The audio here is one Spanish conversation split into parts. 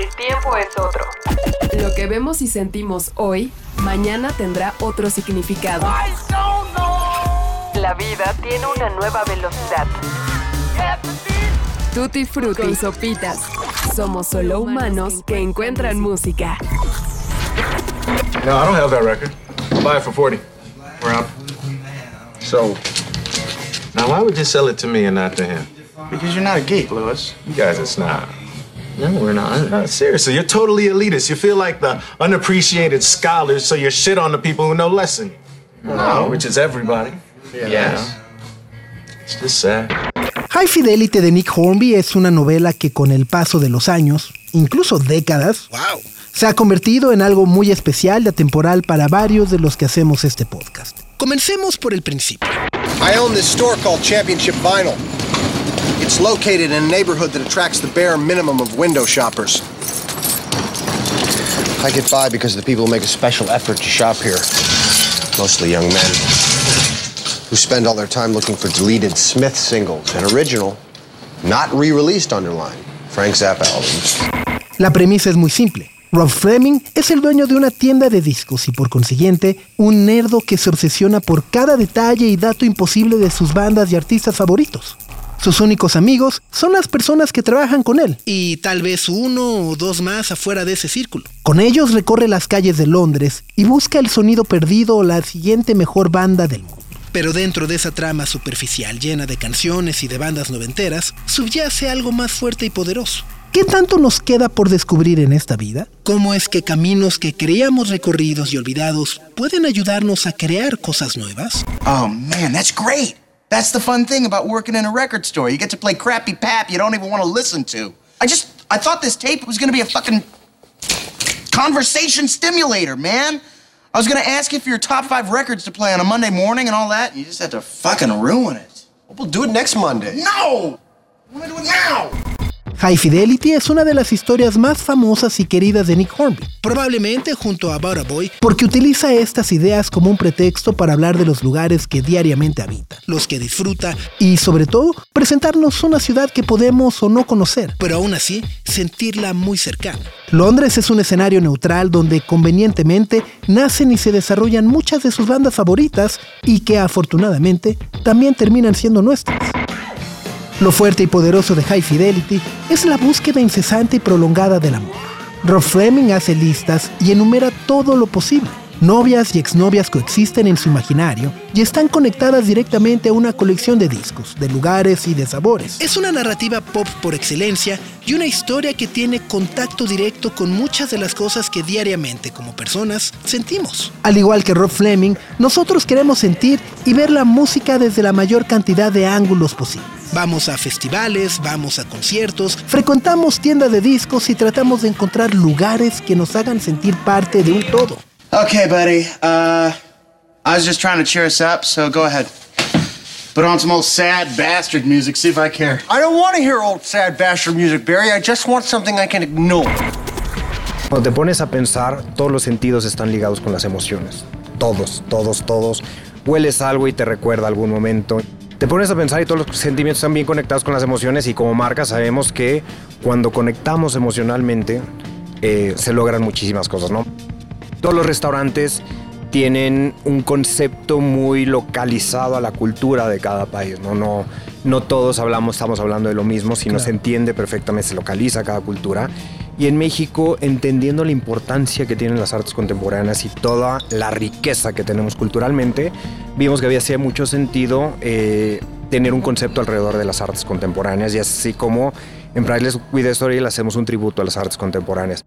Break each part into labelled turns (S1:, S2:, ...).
S1: el tiempo es otro. Lo que vemos y sentimos hoy, mañana tendrá otro significado. La vida tiene una nueva velocidad. Tutti Frutti y Sopitas. Somos solo humanos que encuentran música.
S2: No, I don't have that record. I'll buy it for 40. We're out. So, now why would you sell it to me and not to him?
S3: Because you're not a geek, Louis.
S2: You guys are snob.
S3: No, we're not.
S2: No, seriously, you're totally elitist. You feel like the unappreciated scholars, so you shit on the people who know lesson. No, which is everybody.
S3: Yes.
S2: It's just sad.
S4: High Fidelity de Nick Hornby es una novela que con el paso de los años, incluso décadas, se ha convertido en algo muy especial y atemporal para varios de los que hacemos este podcast. Comencemos por el principio.
S5: I own this store called Championship Vinyl. It's located in a neighborhood that attracts the bare minimum of window shoppers. I get by because the people make a special effort to shop here. Mostly young men who spend all their time looking for deleted Smith singles and original, not re-released underline, Frank Zappa albums.
S4: La premisa es muy simple. Rob Fleming es el dueño de una tienda de discos y por consiguiente un nerdo que se obsesiona por cada detalle y dato imposible de sus bandas y artistas favoritos. Sus únicos amigos son las personas que trabajan con él. Y tal vez uno o dos más afuera de ese círculo. Con ellos recorre las calles de Londres y busca el sonido perdido o la siguiente mejor banda del mundo. Pero dentro de esa trama superficial llena de canciones y de bandas noventeras, subyace algo más fuerte y poderoso. ¿Qué tanto nos queda por descubrir en esta vida? ¿Cómo es que caminos que creíamos recorridos y olvidados pueden ayudarnos a crear cosas nuevas?
S3: Oh, man, that's great. That's the fun thing about working in a record store. You get to play crappy pap you don't even want to listen to. I thought this tape was going to be a fucking conversation stimulator, man. I was going to ask you for your top 5 records to play on a Monday morning and all that, and you just had to fucking ruin it.
S5: We'll do it next Monday.
S3: No! I want to do it now!
S4: High Fidelity es una de las historias más famosas y queridas de Nick Hornby, probablemente junto a About a Boy, porque utiliza estas ideas como un pretexto para hablar de los lugares que diariamente habita, los que disfruta y, sobre todo, presentarnos una ciudad que podemos o no conocer, pero aún así sentirla muy cercana. Londres es un escenario neutral donde convenientemente nacen y se desarrollan muchas de sus bandas favoritas y que afortunadamente también terminan siendo nuestras. Lo fuerte y poderoso de High Fidelity es la búsqueda incesante y prolongada del amor. Rob Fleming hace listas y enumera todo lo posible. Novias y exnovias coexisten en su imaginario y están conectadas directamente a una colección de discos, de lugares y de sabores. Es una narrativa pop por excelencia y una historia que tiene contacto directo con muchas de las cosas que diariamente, como personas, sentimos. Al igual que Rob Fleming, nosotros queremos sentir y ver la música desde la mayor cantidad de ángulos posibles. Vamos a festivales, vamos a conciertos, frecuentamos tiendas de discos y tratamos de encontrar lugares que nos hagan sentir parte de un todo.
S3: Okay, buddy. I was just trying to cheer us up, so go ahead. Put on some old sad bastard music, see if I care.
S5: I don't want to hear old sad bastard music, Barry. I just want something I can ignore.
S6: Cuando te pones a pensar, todos los sentidos están ligados con las emociones. Todos. Hueles algo y te recuerda algún momento. Te pones a pensar y todos los sentimientos están bien conectados con las emociones y como marca sabemos que cuando conectamos emocionalmente se logran muchísimas cosas, ¿no? Todos los restaurantes tienen un concepto muy localizado a la cultura de cada país, ¿no? No todos estamos hablando de lo mismo, sino se entiende perfectamente, se localiza cada cultura. Y en México, entendiendo la importancia que tienen las artes contemporáneas y toda la riqueza que tenemos culturalmente, vimos que hacía mucho sentido tener un concepto alrededor de las artes contemporáneas y así como en Priceless with the Story le hacemos un tributo a las artes contemporáneas.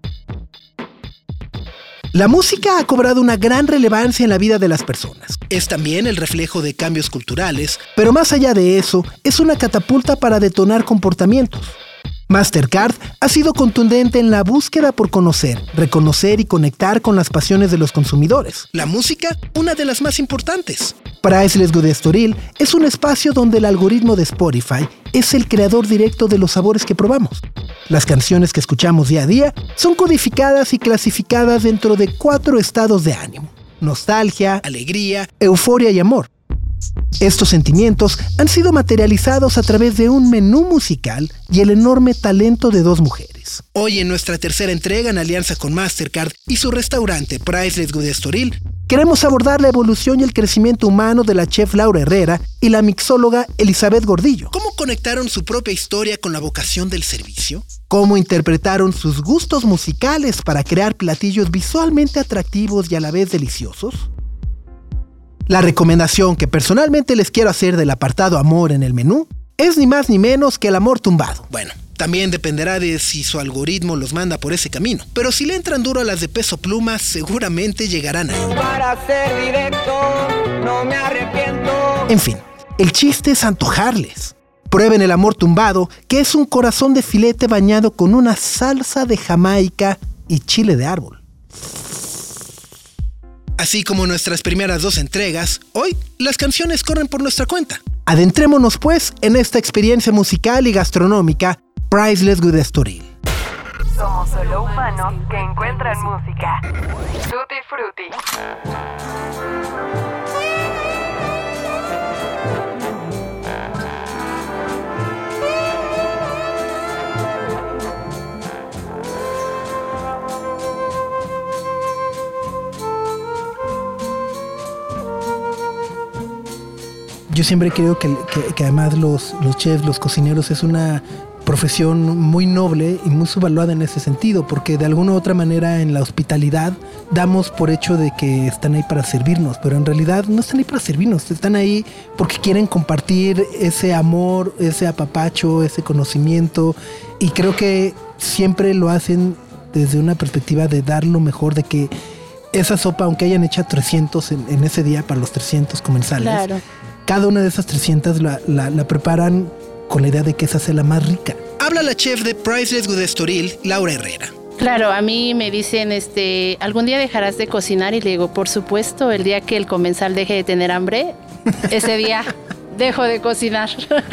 S4: La música ha cobrado una gran relevancia en la vida de las personas. Es también el reflejo de cambios culturales, pero más allá de eso, es una catapulta para detonar comportamientos. Mastercard ha sido contundente en la búsqueda por conocer, reconocer y conectar con las pasiones de los consumidores. La música, una de las más importantes. Priceless with Estoril es un espacio donde el algoritmo de Spotify es el creador directo de los sabores que probamos. Las canciones que escuchamos día a día son codificadas y clasificadas dentro de 4 estados de ánimo: nostalgia, alegría, euforia y amor. Estos sentimientos han sido materializados a través de un menú musical y el enorme talento de 2 mujeres. Fries. Hoy en nuestra tercera entrega en alianza con Mastercard y su restaurante Priceless Good Estoril, queremos abordar la evolución y el crecimiento humano de la chef Laura Herrera y la mixóloga Elizabeth Gordillo. ¿Cómo conectaron su propia historia con la vocación del servicio? ¿Cómo interpretaron sus gustos musicales para crear platillos visualmente atractivos y a la vez deliciosos? La recomendación que personalmente les quiero hacer del apartado amor en el menú es ni más ni menos que el amor tumbado. Bueno, también dependerá de si su algoritmo los manda por ese camino, pero si le entran duro a las de Peso Pluma, seguramente llegarán ahí.
S7: Para ser directo, no me arrepiento.
S4: En fin, el chiste es antojarles. Prueben el amor tumbado, que es un corazón de filete bañado con una salsa de Jamaica y chile de árbol. Así como nuestras primeras 2 entregas, hoy las canciones corren por nuestra cuenta. Adentrémonos pues en esta experiencia musical y gastronómica Priceless Good Estoril.
S1: Somos solo humanos que encuentran música. Tutti Frutti.
S4: Yo siempre creo que además los chefs, los cocineros, es una profesión muy noble y muy subvaluada en ese sentido, porque de alguna u otra manera en la hospitalidad damos por hecho de que están ahí para servirnos, pero en realidad no están ahí para servirnos, están ahí porque quieren compartir ese amor, ese apapacho, ese conocimiento, y creo que siempre lo hacen desde una perspectiva de dar lo mejor, de que esa sopa, aunque hayan hecho 300 en ese día para los 300 comensales, claro, cada una de esas 300 la preparan con la idea de que esa sea la más rica. Habla la chef de Priceless Good Estoril, Laura Herrera.
S8: Claro, a mí me dicen, ¿algún día dejarás de cocinar? Y le digo, por supuesto, el día que el comensal deje de tener hambre, ese día dejo de cocinar.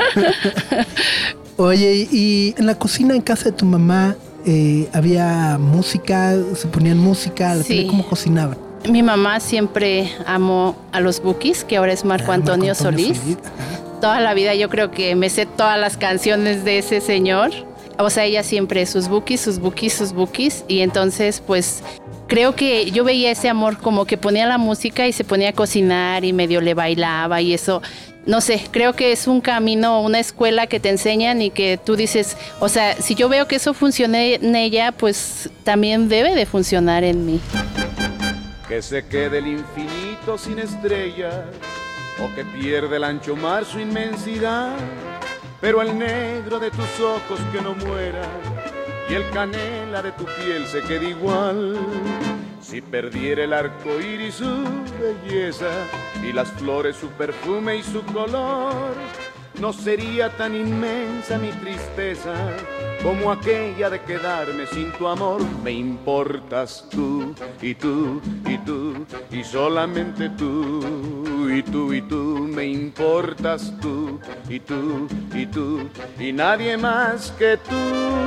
S4: Oye, y en la cocina en casa de tu mamá, ¿había música? ¿Se ponían música?
S8: Sí.
S4: ¿Cómo cocinaban?
S8: Mi mamá siempre amó a los Bukis, que ahora es Marco Antonio Solís. Toda la vida yo creo que me sé todas las canciones de ese señor. O sea, ella siempre sus Bukis, sus Bukis, sus Bukis. Y entonces, pues, creo que yo veía ese amor como que ponía la música y se ponía a cocinar y medio le bailaba y eso. No sé, creo que es un camino, una escuela que te enseñan y que tú dices, o sea, si yo veo que eso funciona en ella, pues también debe de funcionar en mí.
S9: Que se quede el infinito sin estrellas, o que pierde el ancho mar su inmensidad, pero el negro de tus ojos que no muera, y el canela de tu piel se quede igual. Si perdiera el arco iris su belleza, y las flores su perfume y su color, no sería tan inmensa mi tristeza como aquella de quedarme sin tu amor. Me importas tú, y tú, y tú, y solamente tú, y tú, y tú. Me importas tú, y tú, y tú, y nadie más que tú.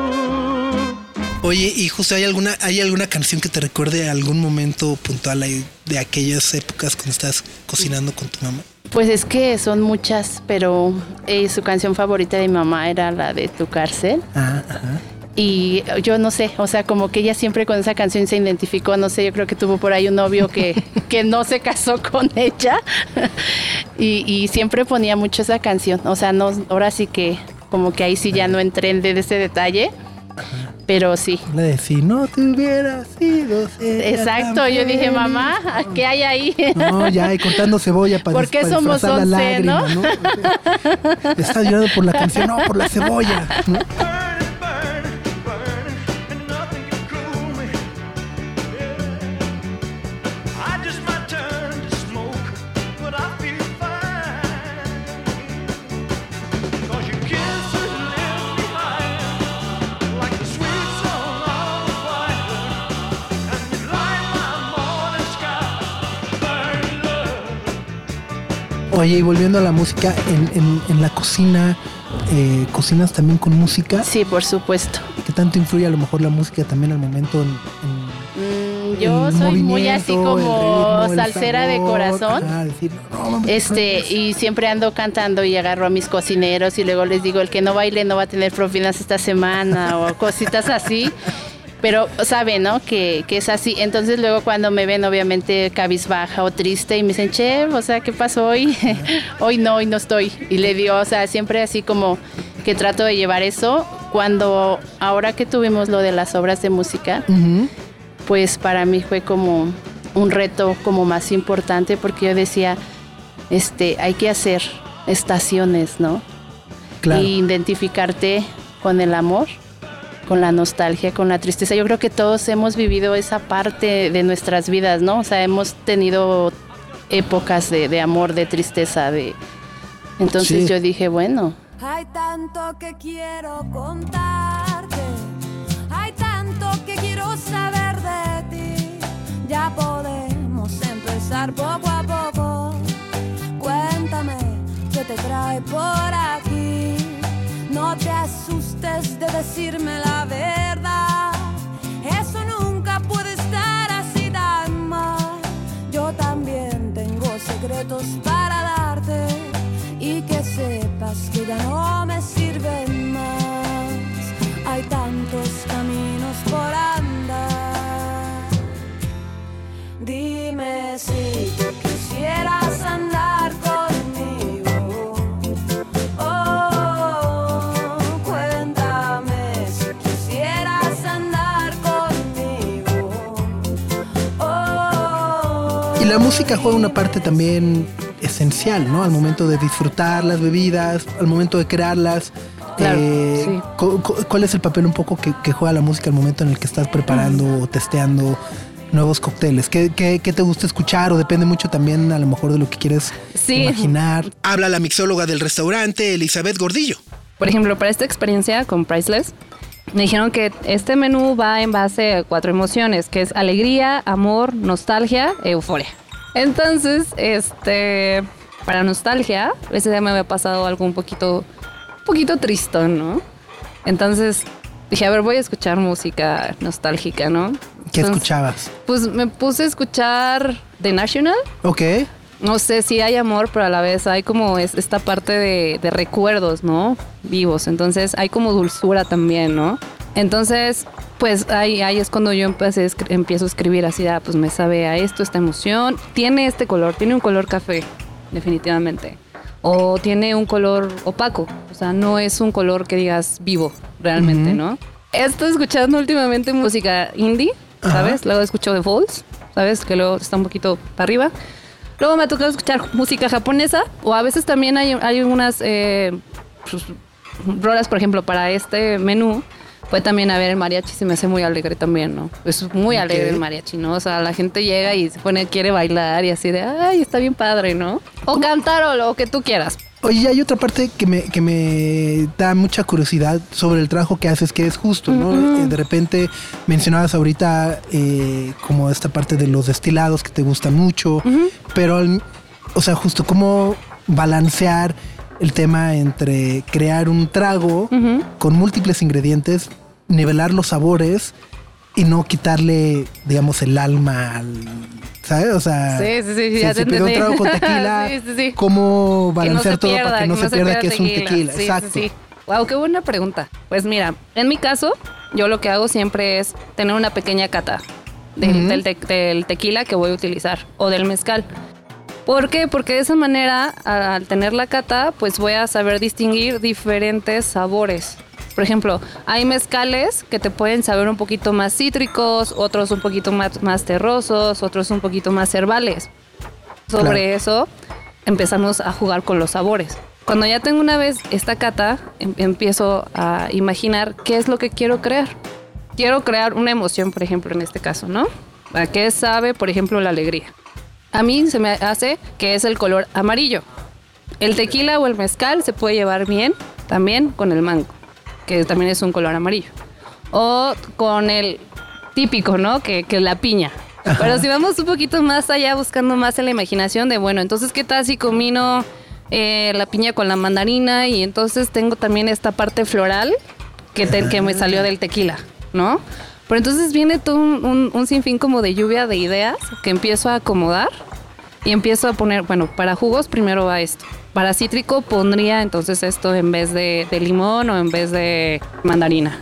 S4: Oye, y justo ¿hay alguna canción que te recuerde a algún momento puntual de aquellas épocas cuando estás cocinando con tu mamá?
S8: Pues es que son muchas, pero su canción favorita de mi mamá era la de Tu Cárcel. Ah, ajá. Y yo no sé, o sea, como que ella siempre con esa canción se identificó, no sé, yo creo que tuvo por ahí un novio que no se casó con ella y siempre ponía mucho esa canción, o sea, no, ahora sí que como que ahí sí ya no entré en ese detalle. Ajá. Pero sí.
S4: La de si no te hubiera sido.
S8: Exacto, yo dije, mamá, ¿qué hay ahí?
S4: No, ya, y cortando cebolla para
S8: ¿por qué somos 11, la lágrima, ¿no?
S4: Estás llorando por la canción, no, por la cebolla, ¿no? Oye, y volviendo a la música, en la cocina, ¿cocinas también con música?
S8: Sí, por supuesto.
S4: ¿Qué tanto influye a lo mejor la música también al momento
S8: Yo soy muy así como salsera de corazón. Y siempre ando cantando y agarro a mis cocineros y luego les digo, el que no baile no va a tener propinas esta semana o cositas así. Pero saben, ¿no? Que es así. Entonces luego cuando me ven obviamente cabizbaja o triste y me dicen, chef, o sea, ¿qué pasó hoy? hoy no estoy. Y le digo, o sea, siempre así como que trato de llevar eso. Ahora que tuvimos lo de las obras de música, pues para mí fue como un reto como más importante porque yo decía, hay que hacer estaciones, ¿no?
S4: Claro.
S8: Y identificarte con el amor, con la nostalgia, con la tristeza. Yo creo que todos hemos vivido esa parte de nuestras vidas, ¿no? O sea, hemos tenido épocas de amor, de tristeza, Entonces yo dije, bueno.
S10: Hay tanto que quiero contarte, hay tanto que quiero saber de ti. Ya podemos empezar poco a poco. Cuéntame qué te trae por aquí. No te asustes de decirme la verdad. Eso nunca puede estar así tan mal. Yo también tengo secretos para darte y que sepas que ya no me sirven más. Hay tantos caminos por andar. Dime si tú quisieras andar conmigo. Cuéntame si quisieras andar conmigo.
S4: Y la música juega una parte también esencial, ¿no? Al momento de disfrutar las bebidas, al momento de crearlas.
S8: Claro, sí.
S4: ¿Cuál es el papel un poco que juega la música al momento en el que estás preparando o testeando nuevos cócteles? ¿Qué te gusta escuchar? O depende mucho también a lo mejor de lo que quieres imaginar. Habla la mixóloga del restaurante, Elizabeth Gordillo.
S11: Por ejemplo, para esta experiencia con Priceless, me dijeron que este menú va en base a 4 emociones, que es alegría, amor, nostalgia, euforia. Entonces, para nostalgia, ese día me había pasado algo un poquito tristón, ¿no? Entonces dije, a ver, voy a escuchar música nostálgica, ¿no?
S4: ¿Qué escuchabas?
S11: Pues me puse a escuchar The National.
S4: Ok.
S11: No sé si hay amor, pero a la vez hay como esta parte de recuerdos, ¿no? Vivos. Entonces hay como dulzura también, ¿no? Entonces, pues ahí es cuando yo empiezo a escribir así, pues me sabe a esto, esta emoción. Tiene este color, tiene un color café, definitivamente. O tiene un color opaco, o sea, no es un color que digas vivo realmente, ¿no? Estoy escuchando últimamente música indie, ¿sabes? Luego escucho The Falls, ¿sabes? Que luego está un poquito para arriba. Luego me ha tocado escuchar música japonesa, o a veces también hay unas rolas, por ejemplo, para este menú. Puede también haber el mariachi, se me hace muy alegre también, ¿no? Es muy alegre el mariachi, ¿no? O sea, la gente llega y quiere bailar y así de, ay, está bien padre, ¿no? O cantar o lo que tú quieras.
S4: Oye, hay otra parte que me da mucha curiosidad sobre el trabajo que haces, que es justo, ¿no? De repente mencionabas ahorita como esta parte de los destilados que te gustan mucho, pero, o sea, justo cómo balancear el tema entre crear un trago con múltiples ingredientes, nivelar los sabores y no quitarle, digamos, el alma al... ¿Sabes? O sea,
S11: sí,
S4: si se pide un trago con tequila, ¿cómo balancear todo para que no se pierda que es un tequila?
S11: Sí,
S4: exacto.
S11: Sí. Wow, qué buena pregunta. Pues mira, en mi caso, yo lo que hago siempre es tener una pequeña cata del tequila que voy a utilizar o del mezcal. ¿Por qué? Porque de esa manera, al tener la cata, pues voy a saber distinguir diferentes sabores. Por ejemplo, hay mezcales que te pueden saber un poquito más cítricos, otros un poquito más terrosos, otros un poquito más herbales. Sobre eso empezamos a jugar con los sabores. Cuando ya tengo una vez esta cata, empiezo a imaginar qué es lo que quiero crear. Quiero crear una emoción, por ejemplo, en este caso, ¿no? ¿A qué sabe, por ejemplo, la alegría? A mí se me hace que es el color amarillo. El tequila o el mezcal se puede llevar bien también con el mango, que también es un color amarillo. O con el típico, ¿no? Que la piña. Ajá. Pero si vamos un poquito más allá, buscando más en la imaginación de, bueno, entonces, ¿qué tal si combino la piña con la mandarina? Y entonces tengo también esta parte floral que me salió del tequila, ¿no? Pero entonces viene todo un sinfín como de lluvia de ideas que empiezo a acomodar y empiezo a poner, bueno, para jugos primero va esto. Para cítrico pondría entonces esto en vez de limón o en vez de mandarina.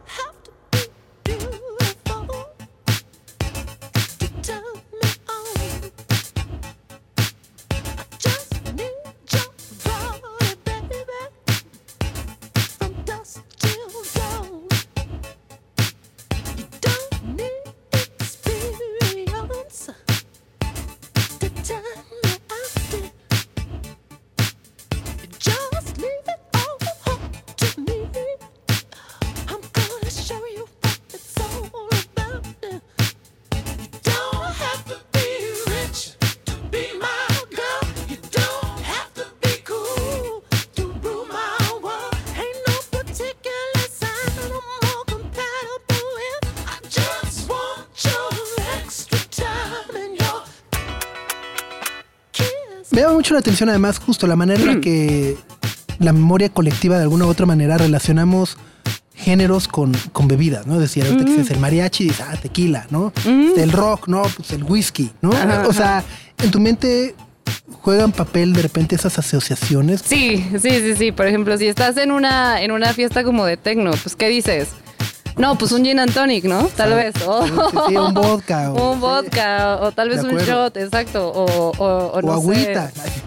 S4: Me llama mucho la atención además justo la manera en la que la memoria colectiva de alguna u otra manera relacionamos géneros con bebidas, ¿no? Es decir, ahorita que dices el mariachi, dices, tequila, ¿no? El rock, ¿no? Pues el whisky, ¿no? O sea, en tu mente juegan papel de repente esas asociaciones.
S11: Sí. Por ejemplo, si estás en una fiesta como de techno, pues ¿qué dices? No, pues un gin and tonic, ¿no? Tal vez.
S4: Sí, un vodka.
S11: Un vodka, o tal vez un shot, exacto. O no
S4: agüita.
S11: Sé.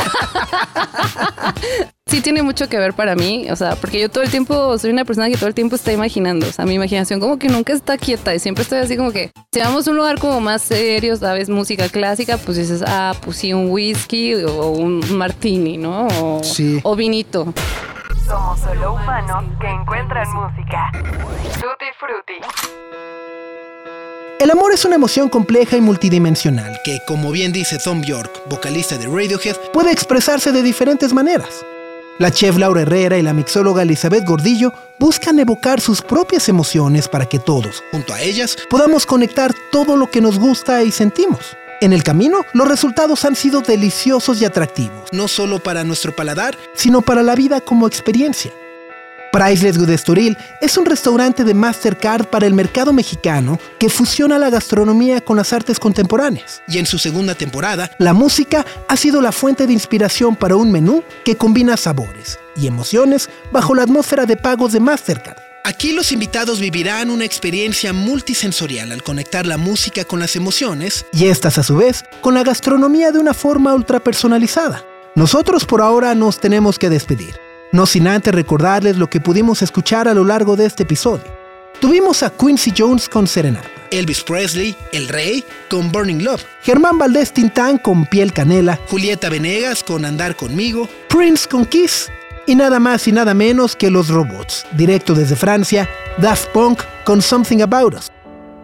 S11: Sí tiene mucho que ver para mí, o sea, porque yo todo el tiempo soy una persona que todo el tiempo está imaginando, o sea, mi imaginación como que nunca está quieta y siempre estoy así como que, si vamos a un lugar como más serio, ¿sabes? Música clásica, pues dices, pues sí, un whisky o un martini, ¿no? O vinito.
S1: Somos solo humanos que encuentran música. Tutti Frutti.
S4: El amor es una emoción compleja y multidimensional que, como bien dice Thom Yorke, vocalista de Radiohead, puede expresarse de diferentes maneras. La chef Laura Herrera y la mixóloga Elizabeth Gordillo buscan evocar sus propias emociones para que todos, junto a ellas, podamos conectar todo lo que nos gusta y sentimos. En el camino, los resultados han sido deliciosos y atractivos, no solo para nuestro paladar, sino para la vida como experiencia. Priceless Good Estoril es un restaurante de Mastercard para el mercado mexicano que fusiona la gastronomía con las artes contemporáneas. Y en su segunda temporada, la música ha sido la fuente de inspiración para un menú que combina sabores y emociones bajo la atmósfera de pagos de Mastercard. Aquí los invitados vivirán una experiencia multisensorial al conectar la música con las emociones y estas a su vez con la gastronomía de una forma ultrapersonalizada. Nosotros por ahora nos tenemos que despedir, no sin antes recordarles lo que pudimos escuchar a lo largo de este episodio. Tuvimos a Quincy Jones con Serenata, Elvis Presley, El Rey, con Burning Love, Germán Valdés Tintán con Piel Canela, Julieta Venegas con Andar Conmigo, Prince con Kiss, y nada más y nada menos que Los Robots, directo desde Francia, Daft Punk con Something About Us.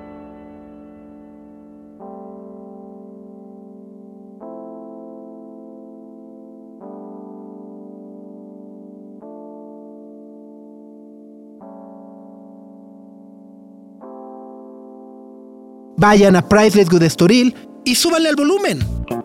S4: Vayan a Priceless Good Estoril y súbanle al volumen.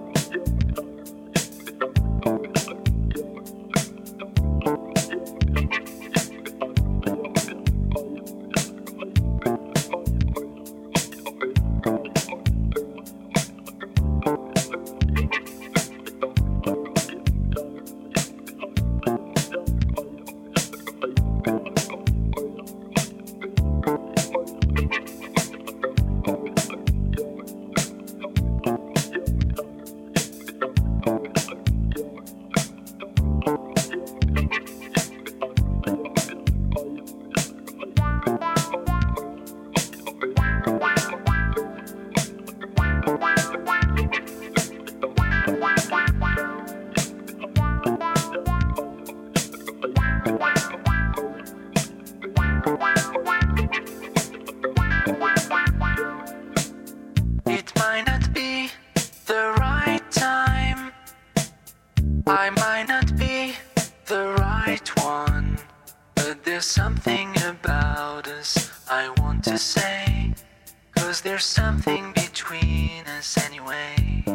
S12: I might not be the right one, but there's something about us I want to say, 'cause there's something between us anyway.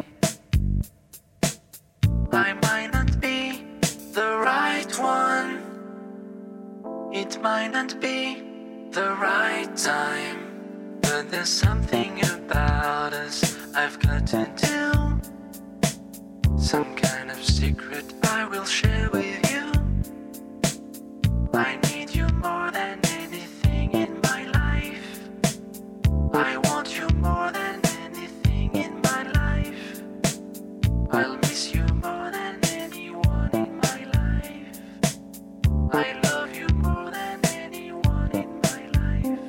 S12: I might not be the right one, it might not be the right time, There's something about us I've got to do. Some kind of secret I will share with you. I need you more than anything in my life. I want you more than anything in my life. I'll miss you more than anyone in my life. I love you more than anyone in my life.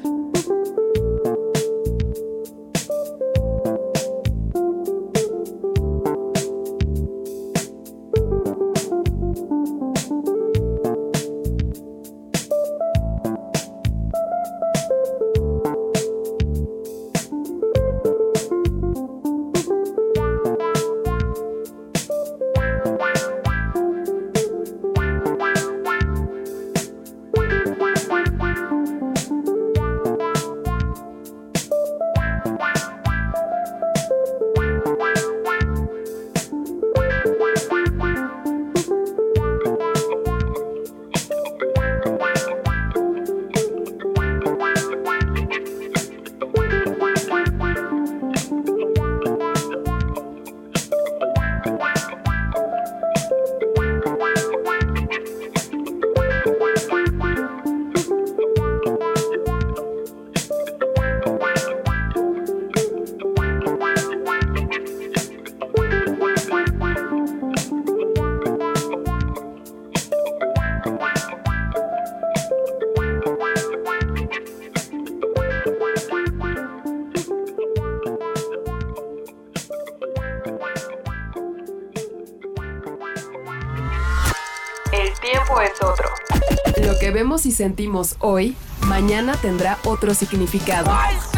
S1: El tiempo es otro. Lo que vemos y sentimos hoy, mañana tendrá otro significado.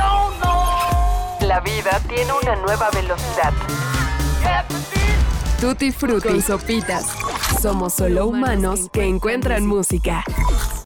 S1: La vida tiene una nueva velocidad. Tutti Frutti con Sopitas. Somos solo humanos que encuentran música.